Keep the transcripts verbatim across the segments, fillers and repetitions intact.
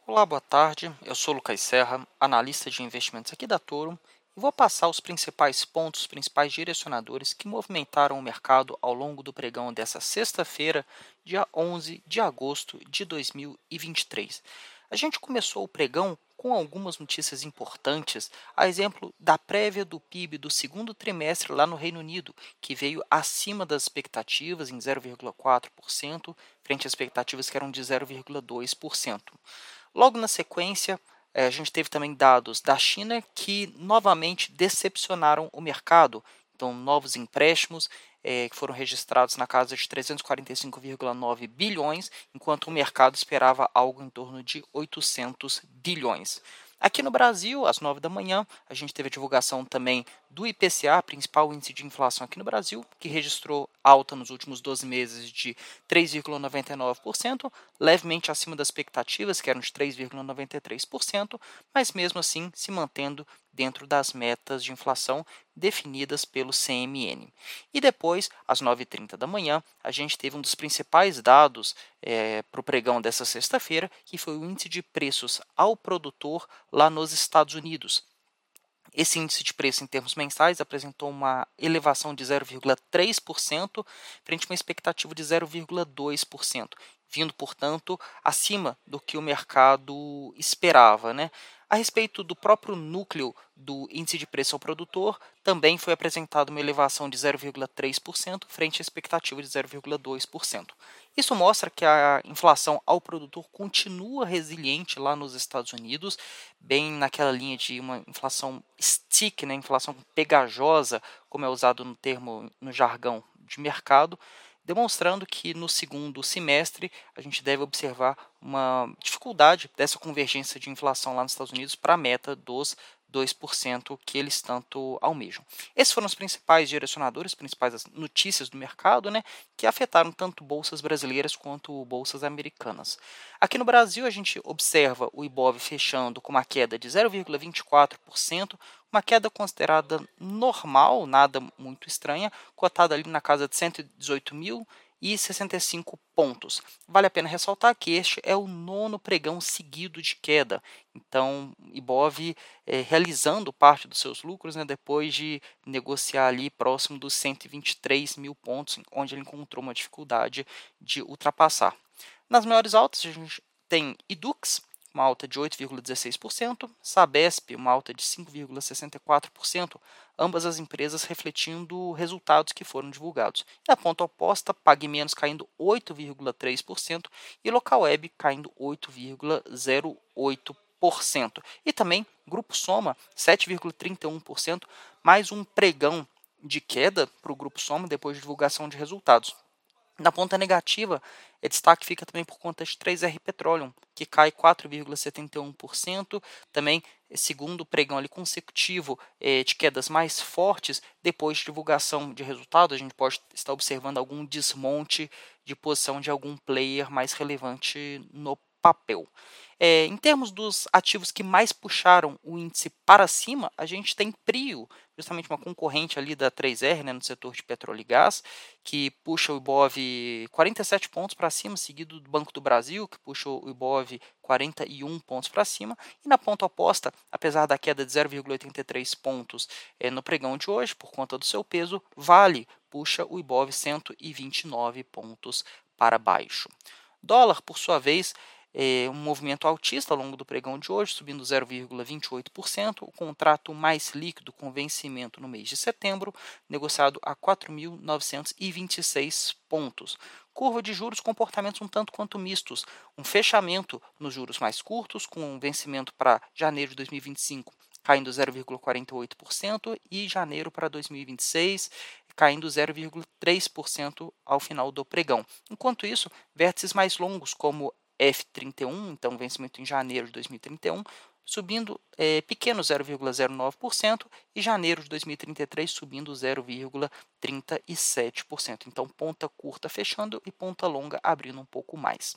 Olá, boa tarde. Eu sou Lucas Serra, analista de investimentos aqui da Toro, e vou passar os principais pontos, os principais direcionadores que movimentaram o mercado ao longo do pregão dessa sexta-feira, dia onze de agosto de dois mil e vinte e três. A gente começou o pregão com algumas notícias importantes, a exemplo da prévia do P I B do segundo trimestre lá no Reino Unido, que veio acima das expectativas em zero vírgula quatro por cento, frente às expectativas que eram de zero vírgula dois por cento. Logo na sequência, eh, a gente teve também dados da China que novamente decepcionaram o mercado. Então, novos empréstimos eh, que foram registrados na casa de trezentos e quarenta e cinco vírgula nove bilhões, enquanto o mercado esperava algo em torno de oitocentos bilhões. Aqui no Brasil, às nove da manhã, a gente teve a divulgação também do I P C A, principal índice de inflação aqui no Brasil, que registrou alta nos últimos doze meses de três vírgula noventa e nove por cento, levemente acima das expectativas, que eram de três vírgula noventa e três por cento, mas mesmo assim se mantendo dentro das metas de inflação definidas pelo C M N. E depois, às nove e trinta da manhã, a gente teve um dos principais dados é, para o pregão dessa sexta-feira, que foi o índice de preços ao produtor lá nos Estados Unidos. Esse índice de preço em termos mensais apresentou uma elevação de zero vírgula três por cento frente a uma expectativa de zero vírgula dois por cento, vindo, portanto, acima do que o mercado esperava, né? A respeito do próprio núcleo do índice de preço ao produtor, também foi apresentada uma elevação de zero vírgula três por cento frente à expectativa de zero vírgula dois por cento. Isso mostra que a inflação ao produtor continua resiliente lá nos Estados Unidos, bem naquela linha de uma inflação stick, né, inflação pegajosa, como é usado no termo no jargão de mercado, demonstrando que no segundo semestre a gente deve observar uma dificuldade dessa convergência de inflação lá nos Estados Unidos para a meta dos dois por cento que eles tanto almejam. Esses foram os principais direcionadores, as principais notícias do mercado, né, que afetaram tanto bolsas brasileiras quanto bolsas americanas. Aqui no Brasil, a gente observa o Ibov fechando com uma queda de zero vírgula vinte e quatro por cento, uma queda considerada normal, nada muito estranha, cotada ali na casa de cento e dezoito mil e sessenta e cinco pontos. Vale a pena ressaltar que este é o nono pregão seguido de queda. Então, Ibov é, realizando parte dos seus lucros, né, depois de negociar ali próximo dos cento e vinte e três mil pontos, onde ele encontrou uma dificuldade de ultrapassar. Nas maiores altas, a gente tem Idux, uma alta de oito vírgula dezesseis por cento, Sabesp, uma alta de cinco vírgula sessenta e quatro por cento, ambas as empresas refletindo resultados que foram divulgados. Na ponta oposta, Pague Menos caindo oito vírgula três por cento e Localweb caindo oito vírgula zero oito por cento. E também Grupo Soma, sete vírgula trinta e um por cento, mais um pregão de queda para o Grupo Soma depois de divulgação de resultados. Na ponta negativa, o destaque fica também por conta de três R Petroleum, que cai quatro vírgula setenta e um por cento, também segundo pregão ali consecutivo eh, de quedas mais fortes depois de divulgação de resultados. A gente pode estar observando algum desmonte de posição de algum player mais relevante no papel. É, em termos dos ativos que mais puxaram o índice para cima, a gente tem Prio, justamente uma concorrente ali da três R, né, no setor de petróleo e gás, que puxa o Ibov quarenta e sete pontos para cima, seguido do Banco do Brasil, que puxa o Ibov quarenta e um pontos para cima. E na ponta oposta, apesar da queda de zero vírgula oitenta e três pontos é, no pregão de hoje, por conta do seu peso, Vale puxa o Ibov cento e vinte e nove pontos para baixo. Dólar, por sua vez, é um movimento altista ao longo do pregão de hoje, subindo zero vírgula vinte e oito por cento, o contrato mais líquido com vencimento no mês de setembro, negociado a quatro mil novecentos e vinte e seis pontos. Curva de juros, comportamentos um tanto quanto mistos, um fechamento nos juros mais curtos, com vencimento para janeiro de dois mil e vinte e cinco caindo zero vírgula quarenta e oito por cento e janeiro para dois mil e vinte e seis caindo zero vírgula três por cento ao final do pregão. Enquanto isso, vértices mais longos como F trinta e um, então vencimento em janeiro de dois mil e trinta e um, subindo é, pequeno zero vírgula zero nove por cento e janeiro de dois mil e trinta e três subindo zero vírgula trinta e sete por cento. Então, ponta curta fechando e ponta longa abrindo um pouco mais.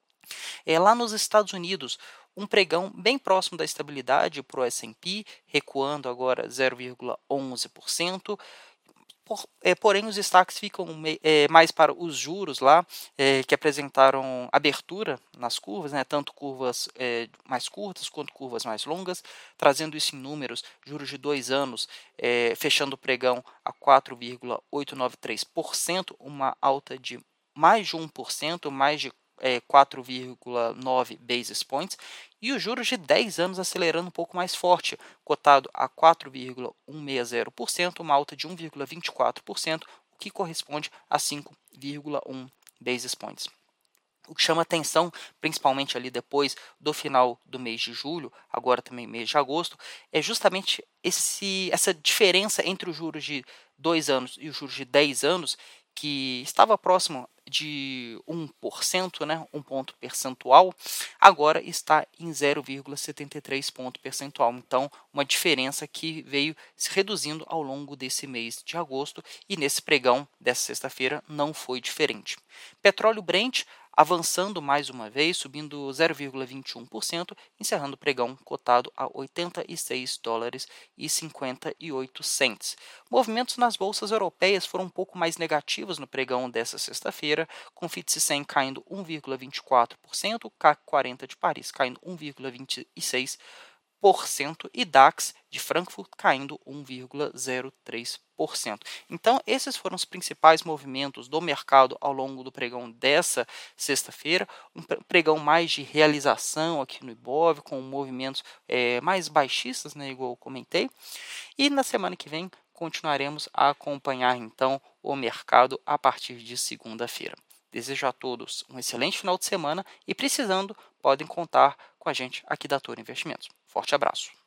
É, lá nos Estados Unidos, um pregão bem próximo da estabilidade para o S and P, recuando agora zero vírgula onze por cento. Por, é, porém, os destaques ficam me- é, mais para os juros lá, é, que apresentaram abertura nas curvas, né, tanto curvas é, mais curtas quanto curvas mais longas, trazendo isso em números, juros de dois anos, é, fechando o pregão a quatro vírgula oitocentos e noventa e três por cento, uma alta de mais de um por cento, mais de é, quatro vírgula nove basis points, e os juros de dez anos acelerando um pouco mais forte, cotado a quatro vírgula cento e sessenta por cento, uma alta de um vírgula vinte e quatro por cento, o que corresponde a cinco vírgula um basis points. O que chama atenção, principalmente ali depois do final do mês de julho, agora também mês de agosto, é justamente esse, essa diferença entre os juros de dois anos e os juros de dez anos, que estava próximo de um por cento, né, um ponto percentual, agora está em zero vírgula setenta e três ponto percentual. Então, uma diferença que veio se reduzindo ao longo desse mês de agosto, e nesse pregão dessa sexta-feira não foi diferente. Petróleo Brent avançando mais uma vez, subindo zero vírgula vinte e um por cento, encerrando o pregão cotado a oitenta e seis dólares e cinquenta e oito cents. Movimentos nas bolsas europeias foram um pouco mais negativos no pregão dessa sexta-feira, com o F T S E cem caindo um vírgula vinte e quatro por cento, o C A C quarenta de Paris caindo um vírgula vinte e seis por cento e DAX de Frankfurt caindo um vírgula zero três por cento. Então, esses foram os principais movimentos do mercado ao longo do pregão dessa sexta-feira, um pregão mais de realização aqui no Ibov, com movimentos é, mais baixistas, né, igual eu comentei, e na semana que vem continuaremos a acompanhar então o mercado a partir de segunda-feira. Desejo a todos um excelente final de semana e, precisando, podem contar com a gente aqui da Toro Investimentos. Forte abraço!